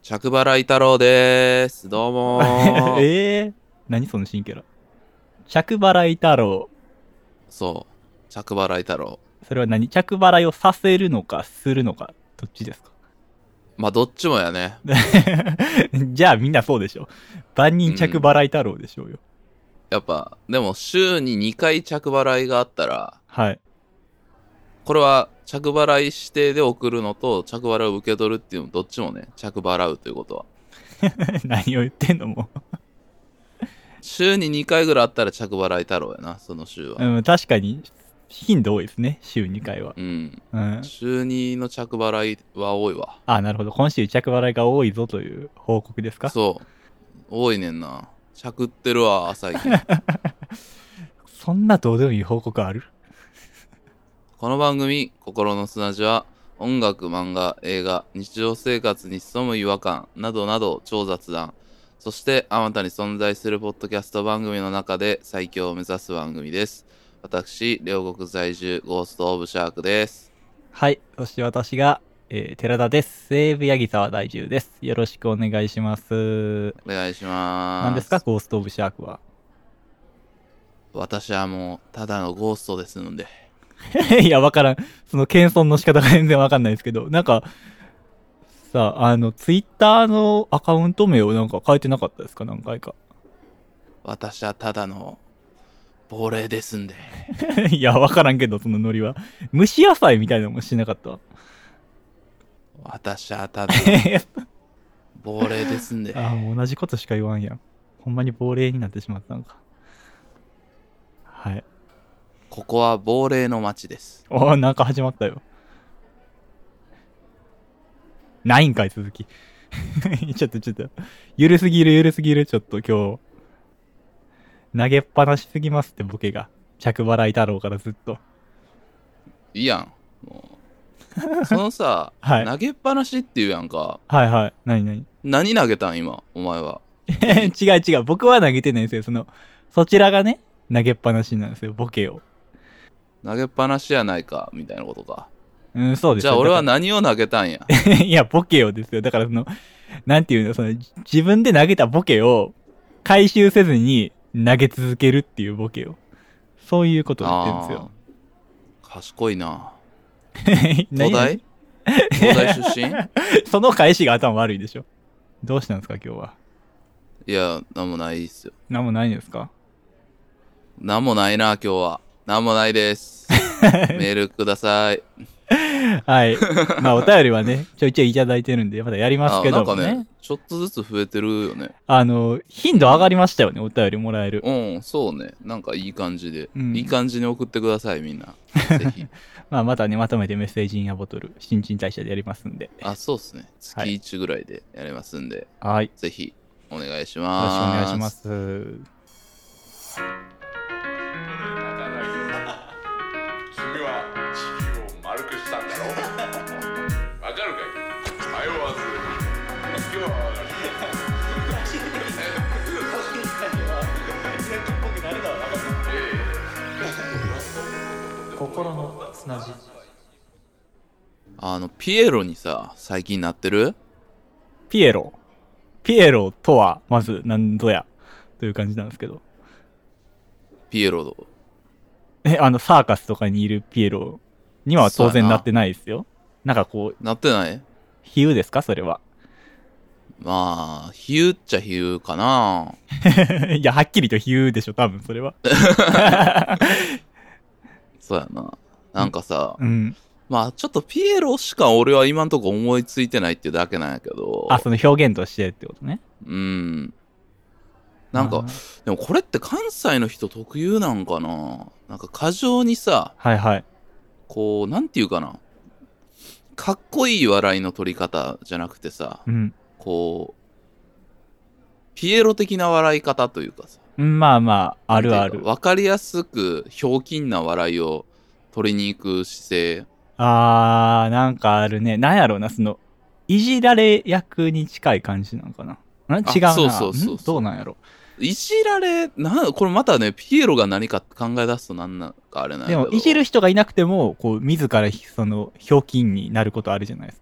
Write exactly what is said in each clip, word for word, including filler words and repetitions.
着払い太郎でーす。どうもー。 えー、何その新キャラ。着払い太郎。 そう。着払い太郎。 それは何？着払いをさせるのかするのか、どっちですか？ まあ、どっちもやね。 じゃあみんなそうでしょ。万人着払い太郎でしょうよ。 やっぱ、でも週ににかい着払いがあったら、 はい。 これは着払い指定で送るのと着払いを受け取るっていうのどっちもね、着払うということは。 何を言ってんのも週ににかいぐらいあったら着払い太郎やな、その週は。 う。うん、確かに頻度多いですね、週にかいは。 うん。 うん。 週にの着払いは多いわ。 あ、なるほど。今週着払いが多いぞという報告ですか？ そう。多いねんな。着ってるわ、最近。 そんなどうでもいい報告ある？ この番組、心の砂地は、音楽、漫画、映画、日常生活に潜む違和感などなど超雑談、そしてあまたに存在するポッドキャスト番組の中で最強を目指す番組です。私、両国在住、ゴーストオブシャークです。 はい。そして私が、えー、寺田です。西武八木沢在住です。よろしくお願いします。 お願いします。 何ですか、ゴーストオブシャークは。 私はもう、ただのゴーストですので。 いや、わからん。その謙遜の仕方が全然わかんないですけど、なんか、さあ、あの、ツイッターのアカウント名をなんか変えてなかったですか？何回か。 私はただの亡霊ですんで。 いや、わからんけど、そのノリは。蒸し野菜みたいなのもしてなかった。 私はただの亡霊ですんで。 ああ、もう同じことしか言わんやん。ほんまに亡霊になってしまったのか。はい。 ここは亡霊の街です。 おー、なんか始まったよ。ないんかい、続き。ちょっとちょっと、ゆるすぎるゆるすぎる、ちょっと今日。投げっぱなしすぎますって、ボケが。着払い太郎からずっと。 いいやん。もうそのさ、 はい投げっぱなしって言うやんか。 はいはい。なになに何投げたん今、お前は。 違う違う。僕は投げてないんですよ。その、そちらがね、投げっぱなしなんですよ、ボケを。 投げっぱなしやないか、みたいなことか。 うん、そうですよ。 じゃあ俺はだか何を投げたんや。 らいや、ボケをですよ。だからその、なんていうの、その、自分で投げたボケを回収せずに投げ続けるっていうボケを。そういうことを言ってるんですよ。 あー賢いな。 東東大東大出身その返しが頭悪いでしょ。どうしたんですか、今日は。 いや、なんもないっすよ。 なんもないんですか？ なんもないな、今日は。なんもないです。メールください。 はい。まあ、お便りはね、ちょいちょいいただいてるんで、まだやりますけどもね。 あ、なんかね、ちょっとずつ増えてるよね。 あの、頻度上がりましたよね、お便りもらえる。 うん、そうね。なんかいい感じで。 うん、 いい感じに送ってください、みんな。ぜひ。 まあ、またね、まとめてメッセージインやボトル、新陳代謝でやりますんで。 あ、そうっすね。月いちぐらいでやりますんで、 はい。 ぜひお願いしよろしくおます。 願いします。 君は地球を丸くしたんだろう。わかるかい？迷わず行くわ。 心の砂地。 あの、ピエロにさ、最近なってる？ ピエロ。ピエロとは、まず、何ぞや、という感じなんですけど。 ピエロ。 え、あの、サーカスとかにいるピエロには当然なってないですよ。なんかこう、 なってない？ 比喩ですかそれは。 まあ、比喩っちゃ比喩かな。 いや、はっきりと比喩でしょ、多分それは。 そうやな。なんかさ、 うん。 まあちょっとピエロしか俺は今んとこ思いついてないっていうだけなんやけど。 あ、その表現としてってことね。 うん。なんか、 あでもこれって関西の人特有なんかな。なんか過剰にさ、 はいはい。 こう、なんていうかな。かっこいい笑いの取り方じゃなくてさ、 うん。 こう、ピエロ的な笑い方というかさ。 まあまあ、あるある。 わかりやすく、ひょうきんな笑いを取りに行く姿勢。 あー、なんかあるね。なんやろうな、その、いじられ役に近い感じなのかな。ん違うな。 そうそうそうそう。 どうなんやろ。 いじられ、な、これまたね、ピエロが何か考え出すとなんなんかあれなんやけど。 でも、いじる人がいなくても、こう、自ら、その、ひょうきんになることあるじゃないですか。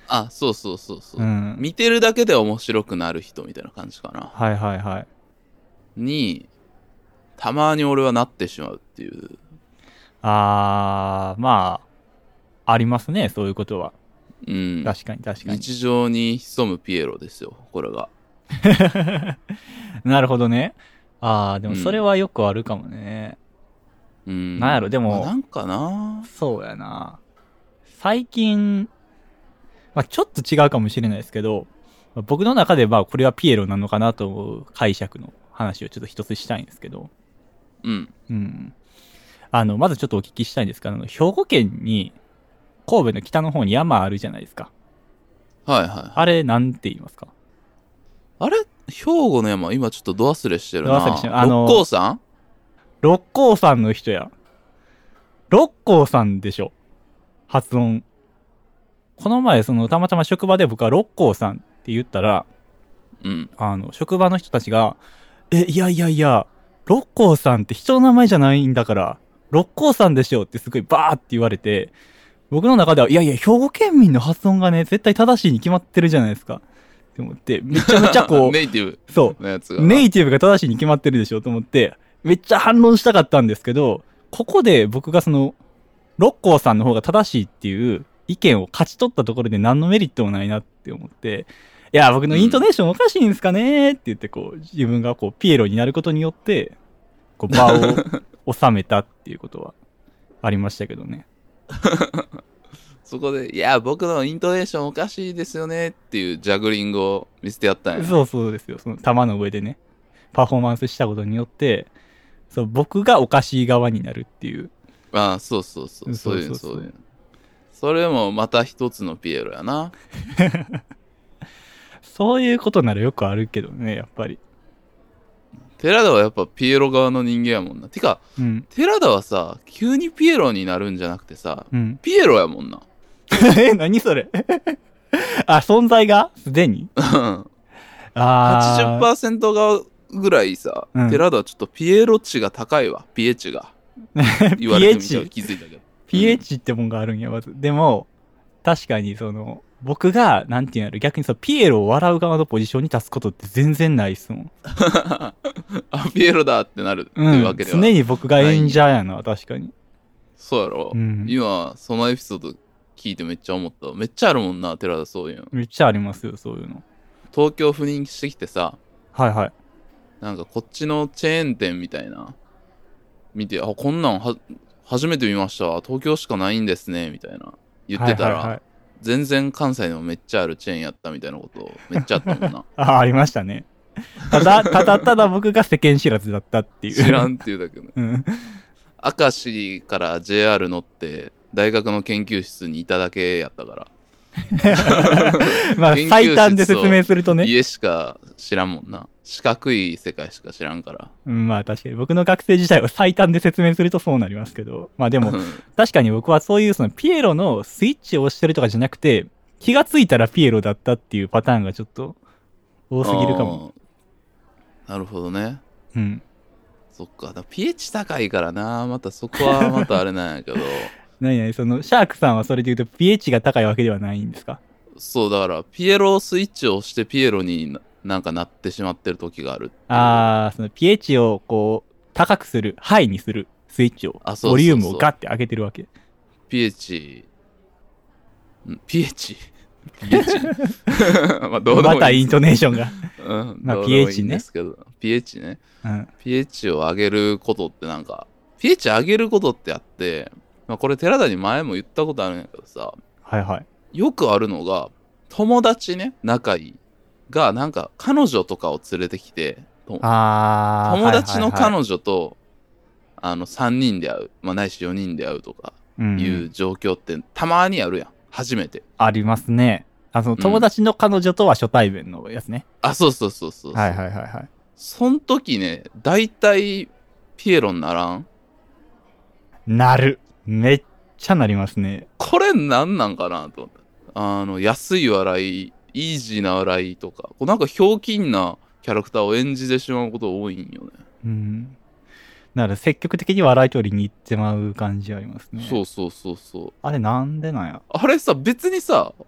あ、そうそうそうそう、 うん。 見てるだけで面白くなる人みたいな感じかな。 はいはいはい。 に、たまに俺はなってしまうっていう。 あー、まあ、ありますね、そういうことは。 うん。 確かに確かに。 日常に潜むピエロですよ、これが。 なるほどね。あー、でもうんそれはよくあるかもね。 うん。 なんやろ、でも、 まあ、なんかな。 そうやな。最近、まあちょっと違うかもしれないですけど、まあ僕の中でまあこれはピエロなのかなと思う解釈の話をちょっと一つしたいんですけど、 うん。 うん。あの、まずちょっとお聞きしたいんですけど、あの兵庫県に神戸の北の方に山あるじゃないですか。 はいはい。 あれ、なんて言いますか？ あれ兵庫の山、今ちょっとド忘れしてるな。 ド忘れしてるあの六甲山六甲山の人や。六甲山でしょ。発音。この前、その、たまたま職場で僕は六甲山って言ったら、 うん。 あの、職場の人たちが、え、いやいやいや、六甲山って人の名前じゃないんだから、六甲山でしょってすごいバーって言われて、僕の中では、いやいや、兵庫県民の発音がね、絶対正しいに決まってるじゃないですか。って思って、めちゃめちゃこう、 ネイティブそう、 のやつが。 ネイティブが正しいに決まってるでしょと思って、めっちゃ反論したかったんですけど、ここで僕がその、六甲さんの方が正しいっていう意見を勝ち取ったところで何のメリットもないなって思って、いや、僕のイントネーションおかしいんですかねって言って、こう、自分がこう、ピエロになることによって、こう、場を収めたっていうことはありましたけどね。 そこで、いや、僕のイントネーションおかしいですよねっていうジャグリングを見せてやったんや。 そうそうですよ。その球の上でね、パフォーマンスしたことによって、そう、僕がおかしい側になるっていう。 ああ、そうそうそう。そういうの、そういうの。それもまた一つのピエロやな。 そういうことならよくあるけどね、やっぱり。 寺田はやっぱピエロ側の人間やもんな。てか、 うん。 寺田はさ、急にピエロになるんじゃなくてさ、 うん。 ピエロやもんな。 え、何それあ、存在がすでにあはちじゅっパーセント がぐらいさ、 うん寺田はちょっとピエロ値が高いわ。ピエ値が。言われてみたら気づいたけど。 ピエイチ ってもんがあるんや、まず。でも、確かにその、僕が、なんていうんやろ、逆にそのピエロを笑う側のポジションに立つことって全然ないっすもん。 あ、ピエロだってなるってうん。 いうわけでは。 常に僕が演者やな、確かに。 そうやろ、 うん、 今、そのエピソード聞いてめっちゃ思った。めっちゃあるもんな、寺田そういうの。 めっちゃありますよ、そういうの。 東京赴任してきてさ、 はいはい。 なんかこっちのチェーン店みたいな、見て、あ、こんなんは、初めて見ました。東京しかないんですね、みたいな。言ってたら、はいはいはい、全然関西でもめっちゃあるチェーンやったみたいなことめっちゃあったもんな。 あ、ありましたね。ただ、ただただ僕が世間知らずだったっていう。 知らんっていうだけね。 うん。 明石から ジェイアール 乗って、大学の研究室にいただけやったから。 まあ、最短で説明するとね。 家しか知らんもんな。四角い世界しか知らんから。 うん、まあ確かに僕の学生時代を最短で説明するとそうなりますけど。まあでも、確かに僕はそういうそのピエロのスイッチを押してるとかじゃなくて、気がついたらピエロだったっていうパターンがちょっと多すぎるかも。 なるほどね。 うん。 そっか。だ pH 高いからな。またそこはまたあれなんやけど。 何々その、シャークさんはそれで言うと pH が高いわけではないんですか？ そう、だから、ピエロスイッチを押してピエロにななんかなってしまってる時がある。 あー、その pH をこう、高くする、ハイにするスイッチを、 あ、そうそうそうボリュームをガッて上げてるわけ。 pH、ん pH? pH? まあ、どうでもいい。 またイントネーションが。 うん、 まあ、 どうでもいい pH ね。 んですけど、pH ね。 うん。 pH を上げることってなんか、pH 上げることってあって、まあ、これ寺田に前も言ったことあるんやけどさ、 はいはい。 よくあるのが、友達ね、仲いいが、なんか彼女とかを連れてきて、 あ友達の彼女と、はいはいはい、あの、さんにんで会う、まあ、ないしよにんで会うとか、いう状況ってたまにあるやん。初めて。 ありますね。あ、その友達の彼女とは初対面のやつね。 うん、あ、そうそうそうそう。 はいはいはいはい。 そん時ね、だいたいピエロにならん？ なる。めっちゃなりますね。 これなんなんかなと思って。あの、安い笑い、イージーな笑いとか、こうなんかひょうきんなキャラクターを演じてしまうこと多いんよね。 うん。だから積極的に笑い取りに行ってまう感じありますね。 そうそうそうそう。 あれなんでなんや。 あれさ、別にさ、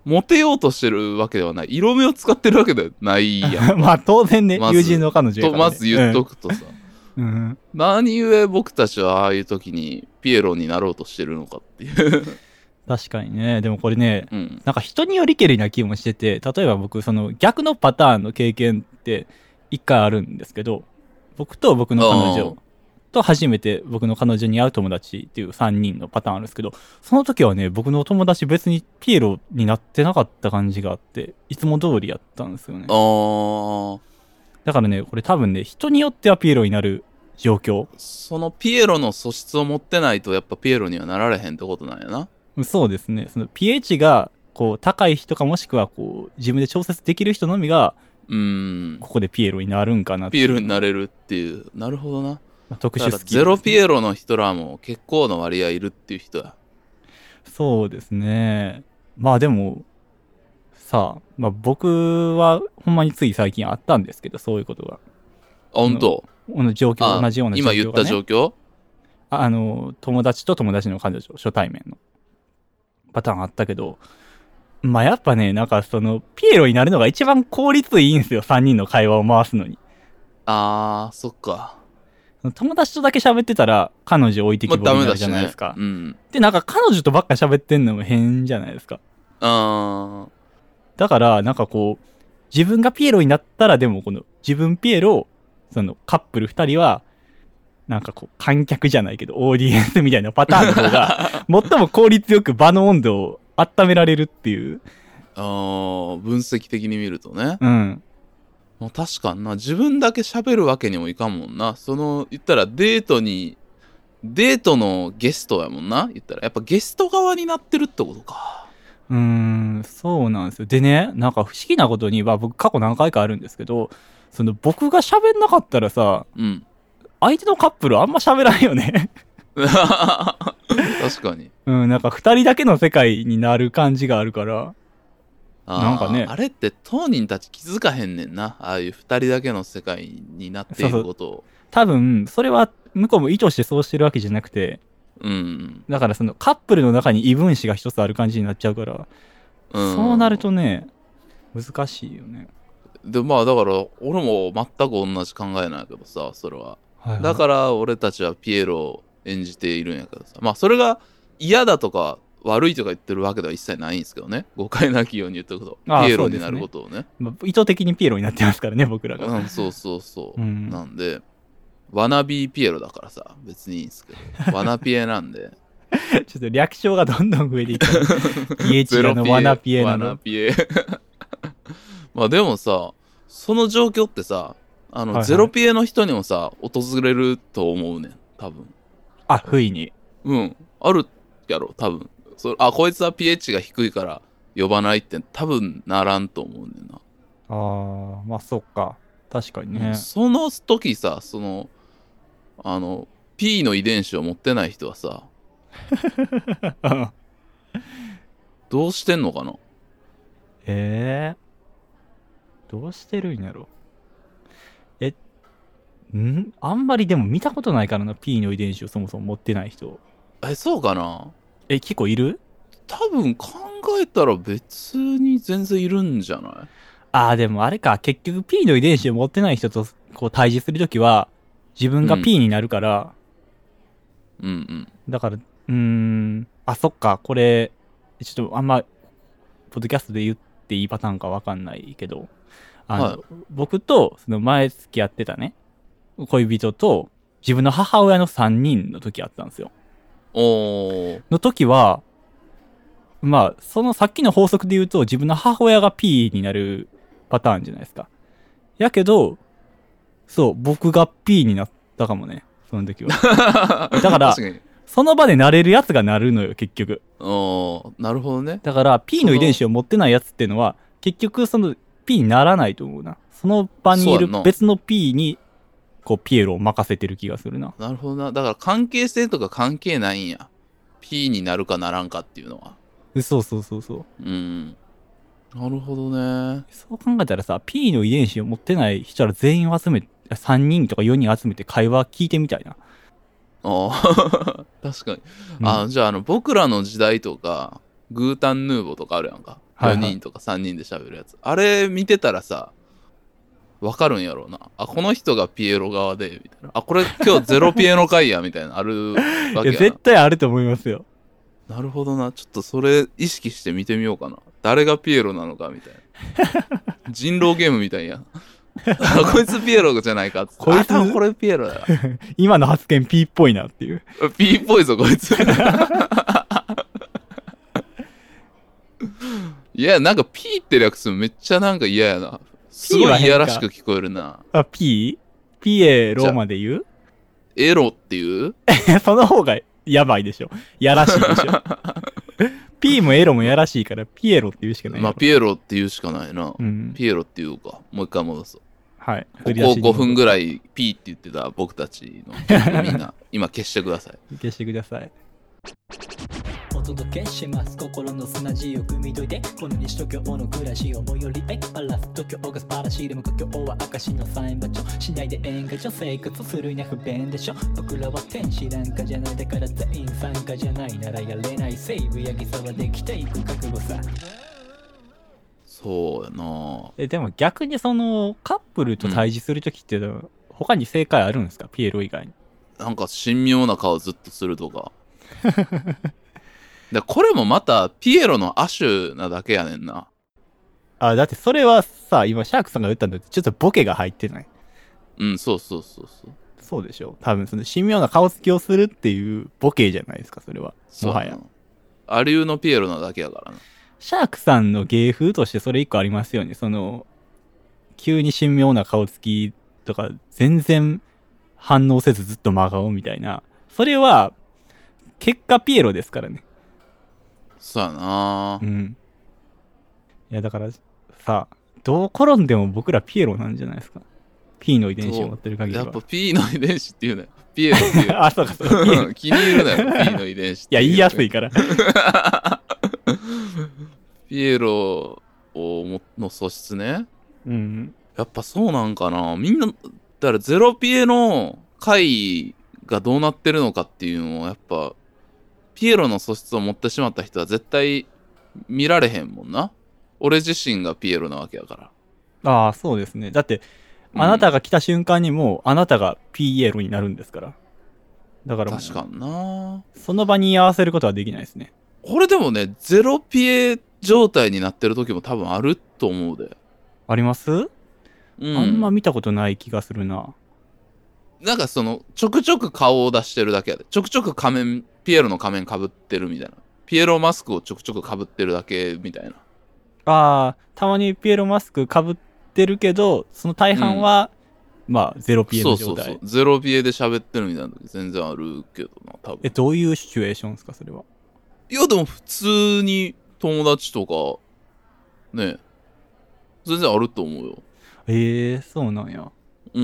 モテようとしてるわけではない。色目を使ってるわけではないやん。 まあ当然ね、 まず友人の彼女やとから、ね。 まず言っとくとさ、 うん。うん何故僕たちはああいう時にピエロになろうとしてるのかっていう。 確かにね。でもこれね、 うん。 なんか人によりけりな気もしてて、例えば僕、その逆のパターンの経験って一回あるんですけど、僕と僕の彼女と初めて僕の彼女に会う友達っていうさんにんのパターンあるんですけど、その時はね、僕の友達別にピエロになってなかった感じがあって、いつも通りやったんですよね。 あー。 だからね、これ多分ね、人によってはピエロになる状況。 そのピエロの素質を持ってないとやっぱピエロにはなられへんってことなんやな。 そうですね。その pH がこう高い人かもしくはこう自分で調節できる人のみがうーん。 ここでピエロになるんかなってピエロになれるっていう。なるほどな。 まあ特だから殊スキル、 ゼロピエロの人らも結構の割合いるっていう人や。 そうですね。まあでもさあ、まあ僕はほんまについ最近あったんですけど、そういうことが。 あ、ほんと。 この状況、 あ同じような状況が、ね、 今言った状況ああの、友達と友達の彼女、初対面のパターンあったけど、まあやっぱね、なんかその、ピエロになるのが一番効率いいんですよ、さんにんの会話を回すのに。 あー、そっか。 友達とだけ喋ってたら、彼女置いてきぼりになるじゃないですか。 まあ、ダメだしね。うん。 で、なんか彼女とばっか喋ってんのも変じゃないですか。 あー。 だから、なんかこう、自分がピエロになったら、でもこの、自分ピエロ、そのカップル二人は、なんかこう、観客じゃないけど、オーディエンスみたいなパターンの方が、最も効率よく場の温度を温められるっていう。 あー、分析的に見るとね。 うん。 まあ、確かにな。自分だけ喋るわけにもいかんもんな。その、言ったらデートに、デートのゲストやもんな。言ったら。やっぱゲスト側になってるってことか。 うーん、そうなんですよ。でね、なんか不思議なことに、まあ僕過去何回かあるんですけど、その僕が喋んなかったらさ、 うん。 相手のカップルあんま喋らんよね。 確かに。 うん、なんか二人だけの世界になる感じがあるから。 あーなんかねあれって当人たち気づかへんねんな。ああいう二人だけの世界になっていることを。 多分、それは向こうも意図してそうしてるわけじゃなくて、 うん。 だからそのカップルの中に異分子が一つある感じになっちゃうから、 うん。 そうなるとね、難しいよね。 で、まあだから、俺も全く同じ考えなんやけどさ、それは。 はいはい、 だから俺たちはピエロを演じているんやけどさ。まあそれが嫌だとか悪いとか言ってるわけでは一切ないんですけどね。誤解なきように言っておくと。 ああピエロになることをね。 まあ意図的にピエロになってますからね、僕らが。 うん、そうそうそう。 うんなんで、ワナビーピエロだからさ、別にいいんですけど。ワナピエなんで。 ちょっと略称がどんどん増えていった。ピエチラのワナピエなワナの。 ピエ。まあでもさ、その状況ってさ、あの、 はいはいゼロピエの人にもさ、訪れると思うねん、多分。 あ、不意に。 うん。あるやろ、多分。そあ、こいつは pH が低いから呼ばないって多分ならんと思うねんな。 あー、まあそっか。確かにね。 その時さ、その、あの、P の遺伝子を持ってない人はさ、どうしてんのかな。 えー、どうしてるんやろ。え、んあんまりでも見たことないからな、P の遺伝子をそもそも持ってない人。 え、そうかな。 え、結構いる？ 多分考えたら別に全然いるんじゃない？ あー、でもあれか、結局 P の遺伝子を持ってない人とこう対峙するときは、自分が P になるから、 うんうん。 だから、うーん、あ、そっか、これ、ちょっとあんま、ポッドキャストで言っていいパターンかわかんないけど、あの、 はい僕と、その前付き合ってたね、恋人と、自分の母親のさんにんの時あったんですよ。 おー。 の時は、まあ、そのさっきの法則で言うと、自分の母親が P になるパターンじゃないですか。やけど、そう、僕が P になったかもね、その時は。だから確かに。 その場でなれるやつがなるのよ、結局。 おー、なるほどね。 だから P の遺伝子を持ってないやつっていうのは、結局その P にならないと思うな。その場にいるそうやんな別の P に、こう、ピエロを任せてる気がするな。 なるほどな。だから関係性とか関係ないんや。P になるかならんかっていうのは。 そうそうそうそう。 うん。なるほどね。 そう考えたらさ、P の遺伝子を持ってない人ら全員を集めて、さんにんとかよにん集めて会話聞いてみたいな。 ああ、確かに。 うんあ、じゃあ、あの、僕らの時代とか、グータンヌーボーとかあるやんか。 はいはいよにんとかさんにんで喋るやつ、あれ見てたらさわかるんやろうな。あ、この人がピエロ側でみたいな、あ、これ今日ゼロピエロ会やみたいなあるわいやけや絶対あると思いますよ。 な。なるほどな。ちょっとそれ意識して見てみようかな。誰がピエロなのかみたいな人狼ゲームみたいやあ、こいつピエロじゃないかっつって、 こいつあ、多分これピエロだ今の発言 P っぽいなっていう。 ピーっぽいぞこいついや、なんか P って略すのめっちゃなんか嫌やな。すごいいやらしく聞こえるな。 あ、P？ ピエロまで言う？ エロっていうその方がやばいでしょ。やらしいでしょ。P もエロもやらしいからピエロって言うしかない。 まあピエロって言うしかないな、 うん、 ピエロって言うか。もう一回戻そう。 はい。 ここごふんぐらい P って言ってた僕たちのみんな今消してください。 消してください。 お届けします心の砂地を汲み解いてこの西東京の暮らしを最寄りへバラス東京が素晴らしいでも故郷は証のサイン場所しないで演歌上生活するには不便でしょ僕らは天使なんかじゃないだから全員参加じゃないならやれないセーブやぎさはできていく覚悟さそうやな。 えでも逆にそのカップルと対峙するときって、うん、他に正解あるんですか？ピエロ以外に。 なんか神妙な顔ずっとするとかでこれもまたピエロの亜種なだけやねんな。 あ、だってそれはさ、今シャークさんが言ったんだってちょっとボケが入ってない？ うん、そうそうそうそう。 そうでしょ。多分その神妙な顔つきをするっていうボケじゃないですか、それは。もはや。 アリューのピエロなだけやからな。 シャークさんの芸風としてそれ一個ありますよね。その、急に神妙な顔つきとか、全然反応せずずっと真顔みたいな。それは、結果ピエロですからね。 そうやな。 うん。いやだから、さ、どう転んでも僕らピエロなんじゃないですか。P の遺伝子を持ってる限りは。 やっぱ P の遺伝子っていうのよ。ピエロっていう。 あ、そうかそうか。 気に入るなよ、P の遺伝子って。 いや、言いやすいから。 ピエロをの素質ね。 うん。 やっぱそうなんかな。みんな、だからゼロピエの回がどうなってるのかっていうのを、やっぱ、ピエロの素質を持ってしまった人は絶対見られへんもんな。俺自身がピエロなわけやから。 ああ、そうですね。だって、あなたが来た瞬間にもう、あなたがピエロになるんですから。だからもう、 確かにな。その場に居合わせることはできないですね。 これでもね、ゼロピエ状態になってる時も多分あると思うで。 あります？ うん。 あんま見たことない気がするな。 なんかその、ちょくちょく顔を出してるだけやで。ちょくちょく仮面、ピエロの仮面被ってるみたいな。ピエロマスクをちょくちょく被ってるだけみたいな。 ああ、たまにピエロマスク被ってるけど、その大半は、うん、まあ、ゼロピエの状態。 そうそうそう。ゼロピエで喋ってるみたいな時全然あるけどな、多分。 え、どういうシチュエーションですか、それは。 いや、でも普通に友達とか、ね、全然あると思うよ。 ええー、そうなんや。 うん。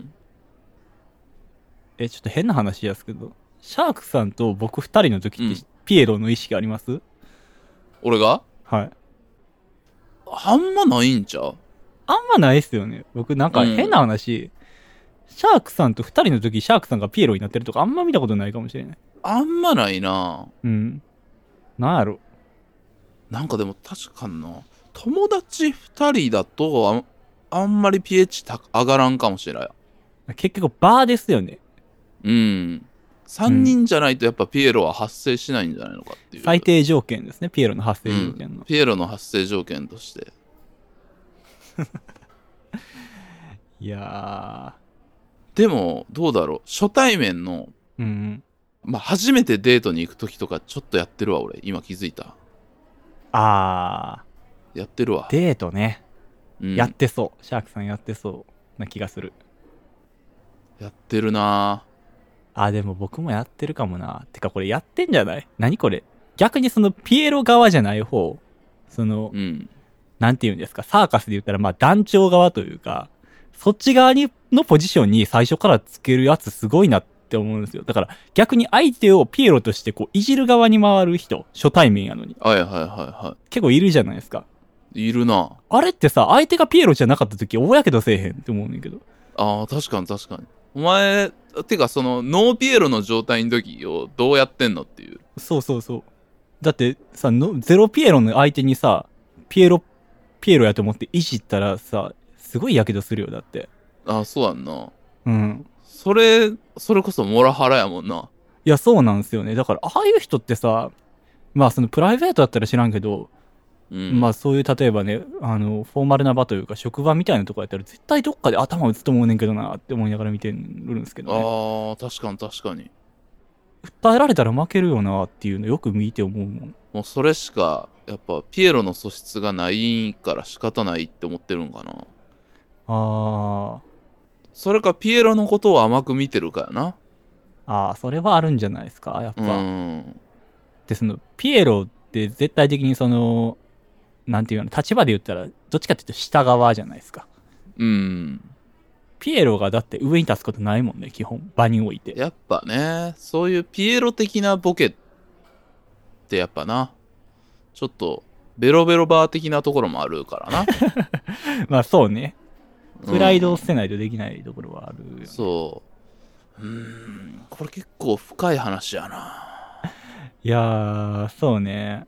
え、ちょっと変な話ですけど、シャークさんと僕二人の時って、うん、ピエロの意識あります？ 俺が？ はい。 あんまないんちゃう？ あんまないっすよね。僕なんか変な話、うん、シャークさんと二人の時、シャークさんがピエロになってるとかあんま見たことないかもしれない。 あんまないな。 うん。なんやろ。 なんかでも確かにな。友達二人だとあ、あんまり ピーエイチ 上がらんかもしれない。 結局バーですよね。 うん。さんにんじゃないとやっぱピエロは発生しないんじゃないのかっていう。 最低条件ですね、ピエロの発生条件の。 うん、ピエロの発生条件として。 いやー。でも、どうだろう。初対面の、 うん、 まあ、初めてデートに行くときとかちょっとやってるわ、俺。今気づいた。 あー。やってるわ。 デートね。 うん、 やってそう。シャークさんやってそうな気がする。 やってるなぁ。あ、でも僕もやってるかもな。てかこれやってんじゃない？何これ？逆にそのピエロ側じゃない方、その、 うん、 なんて言うんですか、サーカスで言ったらまあ団長側というか、そっち側にのポジションに最初からつけるやつすごいなって思うんですよ。だから逆に相手をピエロとしてこういじる側に回る人、初対面やのに。 はいはいはいはい。 結構いるじゃないですか。 いるな。 あれってさ、相手がピエロじゃなかった時大やけどせえへんって思うんだけど。 ああ、確かに確かに。お前、てかそのノーピエロの状態の時をどうやってんのっていう。 そうそうそう。だってさ、のゼロピエロの相手にさ、 ピエロピエロやと思っていじったらさ、すごいやけどするよ。だって。 あ、そうやんな。 うん。 それそれこそモラハラやもんな。 いや、そうなんですよね。だからああいう人ってさ、まあそのプライベートだったら知らんけど、 うん、 まあそういう例えばね、あのフォーマルな場というか職場みたいなとこやったら絶対どっかで頭打つと思うねんけどなって思いながら見てるんですけどね。 ああ、確かに確かに。 訴えられたら負けるよなっていうのよく見て思うもん。 もうそれしかやっぱピエロの素質がないから仕方ないって思ってるんかな。 あそれかピエロのことを甘く見てるかやな。 ああ、それはあるんじゃないですか、やっぱ。 うん。 で、そのピエロって絶対的にそのなんていうの、立場で言ったらどっちかっていうと下側じゃないですか。 うん。 ピエロがだって上に立つことないもんね、基本場において。 やっぱね、そういうピエロ的なボケってやっぱな、ちょっとベロベロバー的なところもあるからな。 まあそうね。プライドを捨てないとできないところはあるよね、うん、 そう。うーん、これ結構深い話やな。 いやー、そうね。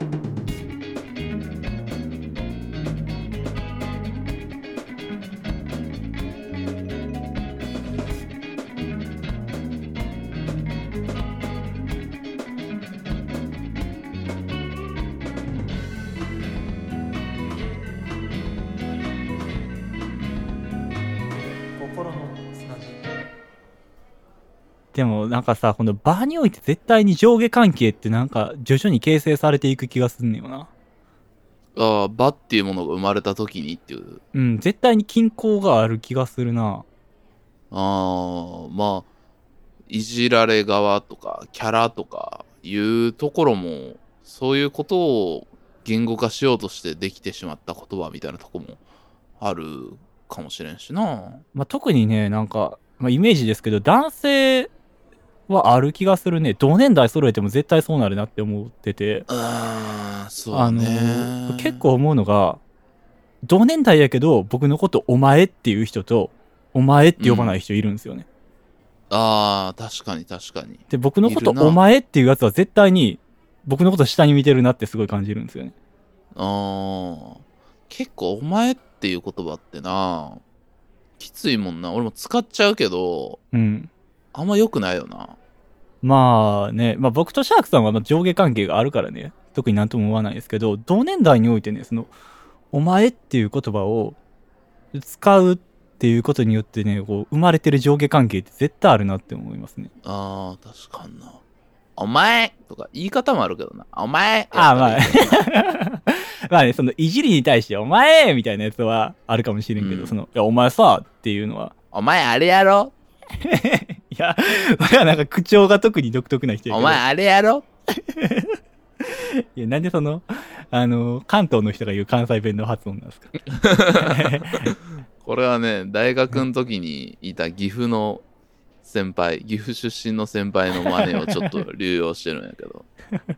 でもなんかさ、この場において絶対に上下関係ってなんか徐々に形成されていく気がすんねよな。 ああ、場っていうものが生まれた時にっていう。 うん、絶対に均衡がある気がするな。 ああ、まあ、いじられ側とかキャラとかいうところも、そういうことを言語化しようとしてできてしまった言葉みたいなとこもあるかもしれんしな。 まあ、特にね、なんか、まあ、イメージですけど、男性はある気がするね。同年代揃えても絶対そうなるなって思ってて。 ああ、そうね。 あの、結構思うのが、同年代やけど、僕のことお前っていう人と、お前って呼ばない人いるんですよね。 うん、ああ、確かに確かに。 で、僕のことお前っていうやつは絶対に、僕のこと下に見てるなってすごい感じるんですよね。 ああ、結構お前っていう言葉ってな、きついもんな。俺も使っちゃうけど、 うん。 あんま良くないよな。 まあね、まあ僕とシャークさんは上下関係があるからね、特になんとも思わないですけど、同年代においてね、その、お前っていう言葉を使うっていうことによってね、こう、生まれてる上下関係って絶対あるなって思いますね。 ああ、確かにな。お前とか言い方もあるけどな。お前ああ、まあ。まあね、その、いじりに対してお前みたいなやつはあるかもしれんけど、うん、その、いや、お前さっていうのは。 お前あれやろいや、それはなんか口調が特に独特な人やけど。 お前あれやろいや、なんでその、あの、関東の人が言う関西弁の発音なんですかこれはね、大学の時にいた岐阜の先輩、岐阜出身の先輩の真似をちょっと流用してるんやけど。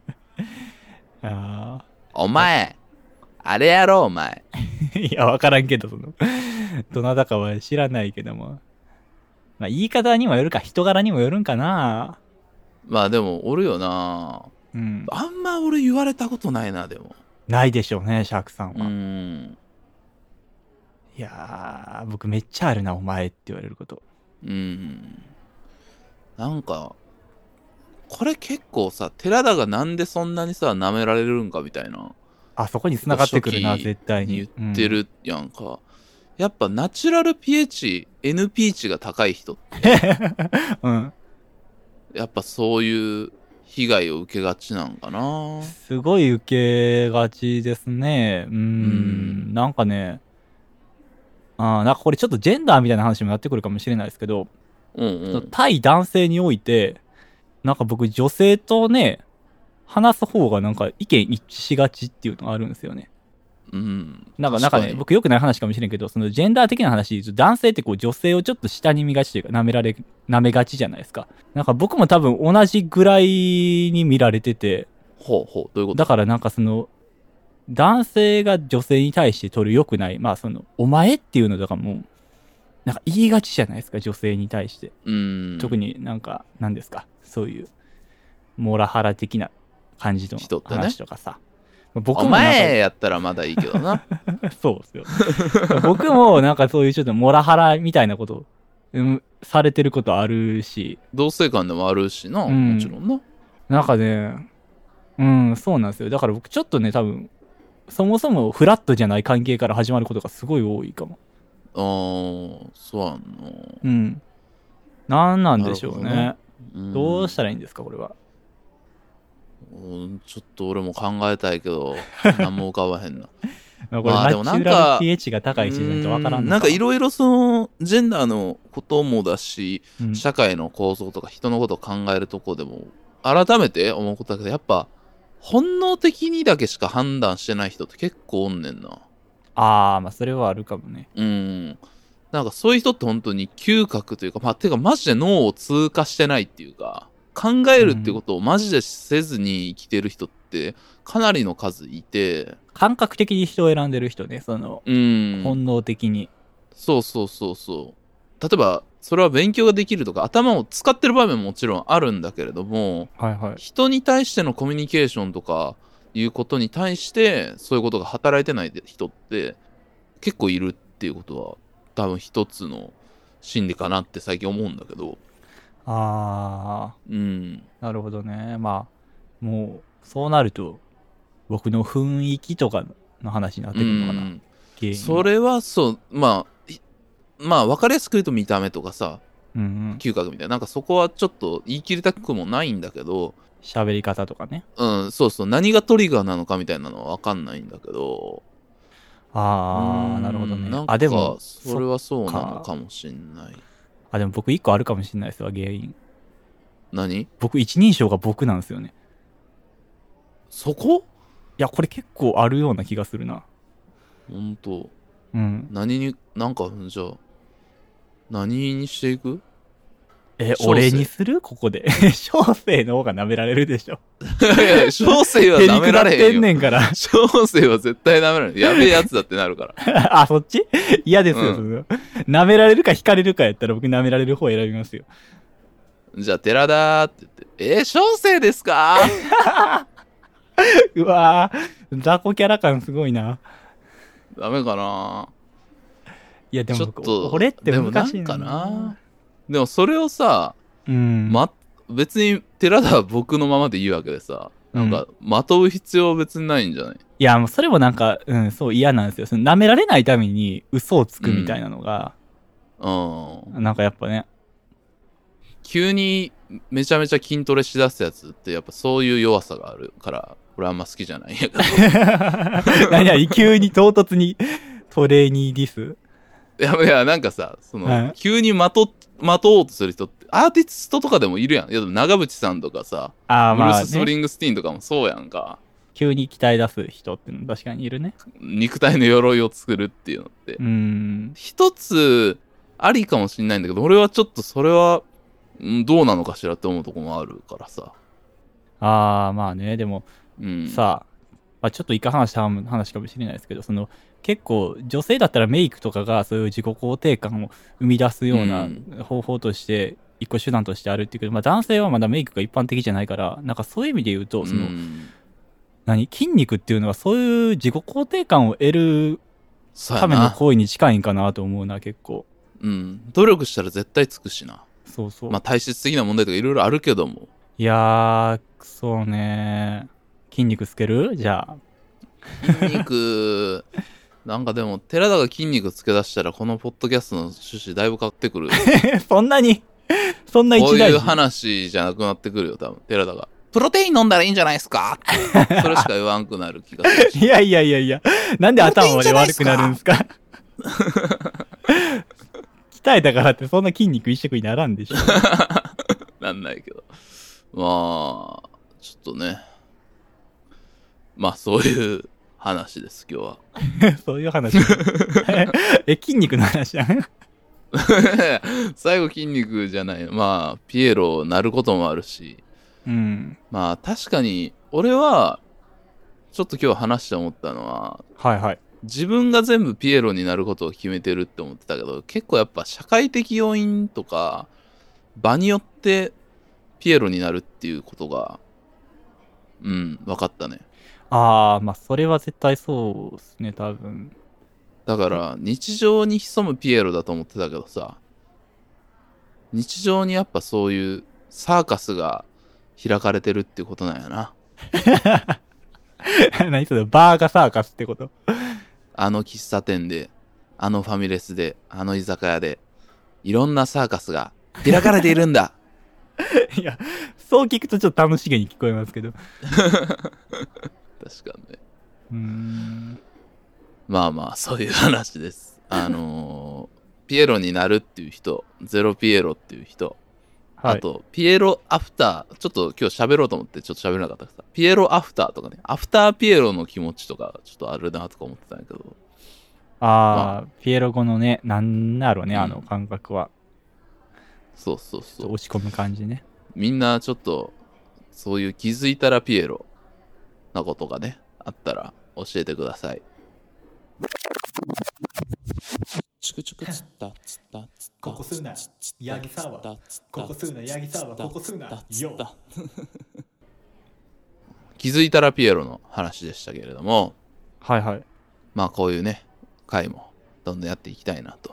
あお前、あれやろ、お前。 いや、わからんけど、その、どなたかは知らないけども。まあ、言い方にもよるか、人柄にもよるんかな。 まあでも、おるよな。 うん。 あんま俺言われたことないな、でも。 ないでしょうね、シャークさんは。 うん。 いやー、僕めっちゃあるな、お前って言われること。 うん。なんか、これ結構さ、寺田がなんでそんなにさ、舐められるんかみたいな。 あそこに繋がってくるな、絶対に。 言ってるやんか。うん、やっぱナチュラル pH、エヌピー 値が高い人って、 うん、 やっぱそういう被害を受けがちなんかな。 すごい受けがちですね。うーん、うんなんかね、あなんかこれちょっとジェンダーみたいな話もやってくるかもしれないですけど、 うんうん、 対男性において、なんか僕女性とね、話す方がなんか意見一致しがちっていうのがあるんですよね。 うん。 なんか、なんかね、僕良くない話かもしれんけど、そのジェンダー的な話で言うと、男性ってこう女性をちょっと下に見がちというか、舐められ、舐めがちじゃないですか。なんか僕も多分同じぐらいに見られてて、 ほうほう、どういうこと？ だからなんかその、男性が女性に対して取る良くない、まあその、お前っていうのとかも、なんか言いがちじゃないですか、女性に対して。 うん。 特になんか、何ですか、そういう、モラハラ的な感じの話とかさ。 お僕もなんか前やったらまだいいけどな。 そうですよ。僕もなんかそういうちょっとモラハラみたいなこと、うん、されてることあるし。 同性間でもあるしな、 うん、 もちろんな。 なんかね、うん、そうなんですよ。だから僕ちょっとね、多分、そもそもフラットじゃない関係から始まることがすごい多いかも。 あー、そうやんの。 うん。なんなんでしょうね。 なうん、 どうしたらいいんですか、これは。 うん、ちょっと俺も考えたいけど、何も浮かばへんな。 これ、ナチュラル ピーエイチ が高い人じゃないとわからんのか。 なんかいろいろその、ジェンダーのこともだし、 うん、 社会の構造とか人のことを考えるとこでも、改めて思うことだけど、やっぱ、本能的にだけしか判断してない人って結構おんねんな。 ああ、まあそれはあるかもね。 うん。なんかそういう人って本当に嗅覚というか、まあ、てかマジで脳を通過してないっていうか、考えるってことをマジでせずに生きてる人ってかなりの数いて、 感覚的に人を選んでる人ね、その、 うん。 本能的に。 そうそうそうそう。例えば、それは勉強ができるとか、頭を使ってる場面ももちろんあるんだけれども、 はいはい。 人に対してのコミュニケーションとかいうことに対して、そういうことが働いてない人って結構いるっていうことは、多分一つの心理かなって最近思うんだけど。 ああ、 うん。 なるほどね。まあ、もう、そうなると、僕の雰囲気とかの話になってくるのかな。 うんそれはそう、まあ、まあ分かりやすく言うと見た目とかさ、 うんうん、 嗅覚みたいな、なんかそこはちょっと言い切りたくもないんだけど、 喋り方とかね。 うん、そうそう、何がトリガーなのかみたいなのは分かんないんだけど、 ああ、なるほどね。 なんかあ、でも、 それはそうなのかもしんない。 あ、でも僕一個あるかもしんないですわ、原因。 何？ 僕一人称が僕なんですよね。 そこ？ いや、これ結構あるような気がするな。 ほんと。 うん。 何に、なんか、じゃあ、何にしていく？ え、俺にするここで。小生の方が舐められるでしょ。 いやいや、小生は舐められへんよ。 へりくだってんねんから。 小生は絶対舐められへん。やべえやつだってなるから。 あ、そっち？嫌ですよ、うん、その。舐められるか惹かれるかやったら僕舐められる方選びますよ。 じゃあ、寺田って言って、えー、小生ですか？ うわぁ、雑魚キャラ感すごいな。 ダメかな。 いやでもちょっと俺って難しいな。 でもなんかな。でもそれをさ、 うん、 ま、別に寺田は僕のままでいいわけでさ、なんかまとう必要別にないんじゃない？ いやもうそれもなんか、うん、そう嫌なんですよ。その舐められないために嘘をつくみたいなのが、 うん、 うん、なんかやっぱね。 急にめちゃめちゃ筋トレしだすやつってやっぱそういう弱さがあるから、俺あんま好きじゃないんやけど。 何や、急に唐突にトレーニーディス？ いやいや、なんかさ、その、 はい、 急にまと、まとおうとする人って、アーティストとかでもいるやん。いや、長渕さんとかさ、 あ、まあね、 ブルース・スプリングスティーンとかもそうやんか。 急に鍛え出す人っての確かにいるね。 肉体の鎧を作るっていうのって。 うーん。 一つ、ありかもしんないんだけど、俺はちょっとそれは、どうなのかしらって思うとこもあるからさ。 ああ、まあね、でも、 うん、 さあ、まあ、ちょっと一回話した話かもしれないですけど、その、結構女性だったらメイクとかがそういう自己肯定感を生み出すような方法として一個手段としてあるっていうけど、まあ、男性はまだメイクが一般的じゃないから、なんかそういう意味で言うとその、うん、何筋肉っていうのはそういう自己肯定感を得るための行為に近いんかなと思うな。結構、 うん、努力したら絶対つくしな。 そうそう、 まあ体質的な問題とかいろいろあるけども、 いやーそうね、筋肉つける？じゃあ筋肉なんかでも寺田が筋肉つけ出したらこのポッドキャストの趣旨だいぶ変わってくる。 そんなにそんな一大事？ こういう話じゃなくなってくるよ多分。寺田がプロテイン飲んだらいいんじゃないですかそれしか言わんくなる気がするし。 いやいやいやいや、なんで頭まで悪くなるんですか？鍛えたからってそんな筋肉一色にならんでしょ。 なんないけど、まあちょっとね、まあそういう話です今日は。 そういう話。え、筋肉の話やん。 最後筋肉じゃない。まあピエロなることもあるし、 うん、 まあ確かに俺はちょっと今日話して思ったのは、 はいはい、 自分が全部ピエロになることを決めてるって思ってたけど、結構やっぱ社会的要因とか場によってピエロになるっていうことがうん分かったね。 ああ、まあそれは絶対そうですね、多分。 だから日常に潜むピエロだと思ってたけどさ、日常にやっぱそういうサーカスが開かれてるっていうことなんやな。 何それ、バーガサーカスってこと？ あの喫茶店で、あのファミレスで、あの居酒屋で、いろんなサーカスが開かれているんだ。 いや、そう聞くとちょっと楽しげに聞こえますけど。 確かにね。 うーん。 まあまあ、そういう話です。あのー、ピエロになるっていう人、ゼロピエロっていう人、 はい、 あと、ピエロアフター、ちょっと今日喋ろうと思ってちょっと喋れなかったからさ、ピエロアフターとかね、アフターピエロの気持ちとか、ちょっとあるなとか思ってたんやけど。 あー、まあ、ピエロ語のね、なんだろうね、うん、あの感覚は。 そうそうそう。 落ち込む感じね。 みんなちょっと、そういう気づいたらピエロなことがね、あったら教えてください。チクチクつったつったつったここすうなヤギサワここすうなヤギサワここすうなよ気づいたらピエロの話でしたけれども、 はいはい。 まあこういうね回もどんどんやっていきたいなと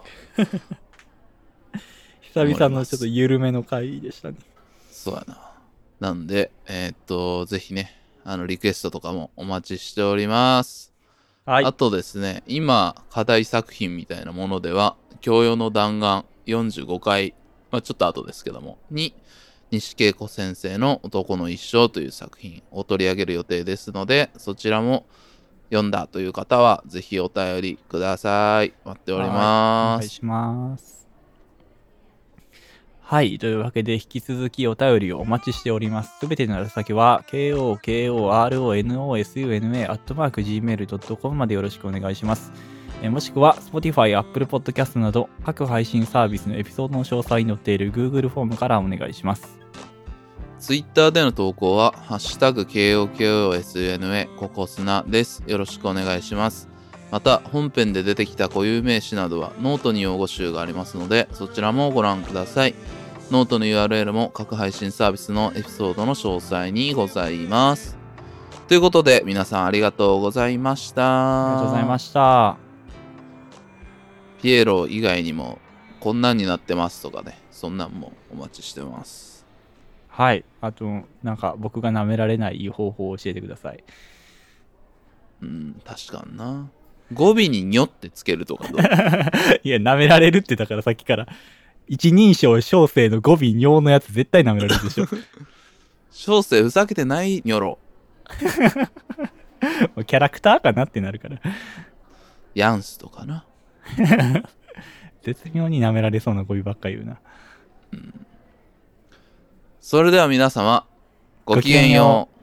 久々のちょっと緩めの回でしたね。 そうやな。なんでえー、っとぜひねあのリクエストとかもお待ちしております。はい、あとですね、今課題作品みたいなものでは教養の弾丸よんじゅうごかい、まあ、ちょっと後ですけどもに西恵子先生の男の一生という作品を取り上げる予定ですので、そちらも読んだという方はぜひお便りください。待っております。 お願いします。はい。というわけで、引き続きお便りをお待ちしております。すべての宛先は、ケーオーケーオーアールオーエヌオーエスユーエヌエー アットマーク ジーメールドットコム までよろしくお願いします。えもしくは、Spotify、Apple Podcast など、各配信サービスのエピソードの詳細に載っている Google フォームからお願いします。 Twitter での投稿は、ハッシュタグ ケーオーケーオーエスユーエヌエー ココスナです。よろしくお願いします。また、本編で出てきた固有名詞などは、ノートに用語集がありますので、そちらもご覧ください。ノートの ユーアールエル も各配信サービスのエピソードの詳細にございます。ということで、皆さんありがとうございました。 ありがとうございました。 ピエロ以外にも、こんなんになってますとかね、そんなんもお待ちしてます。 はい。あと、なんか僕が舐められない方法を教えてください。 うん、確かにな。語尾ににょってつけるとかどう？ いや、舐められるってだからさっきから。一人称小生の語尾にょのやつ絶対舐められるでしょ。 小生ふざけてないにょろ。 キャラクターかなってなるから。 ヤンスとかな。 絶妙に舐められそうな語尾ばっか言うな。 うん、それでは皆様、ごきげんよう。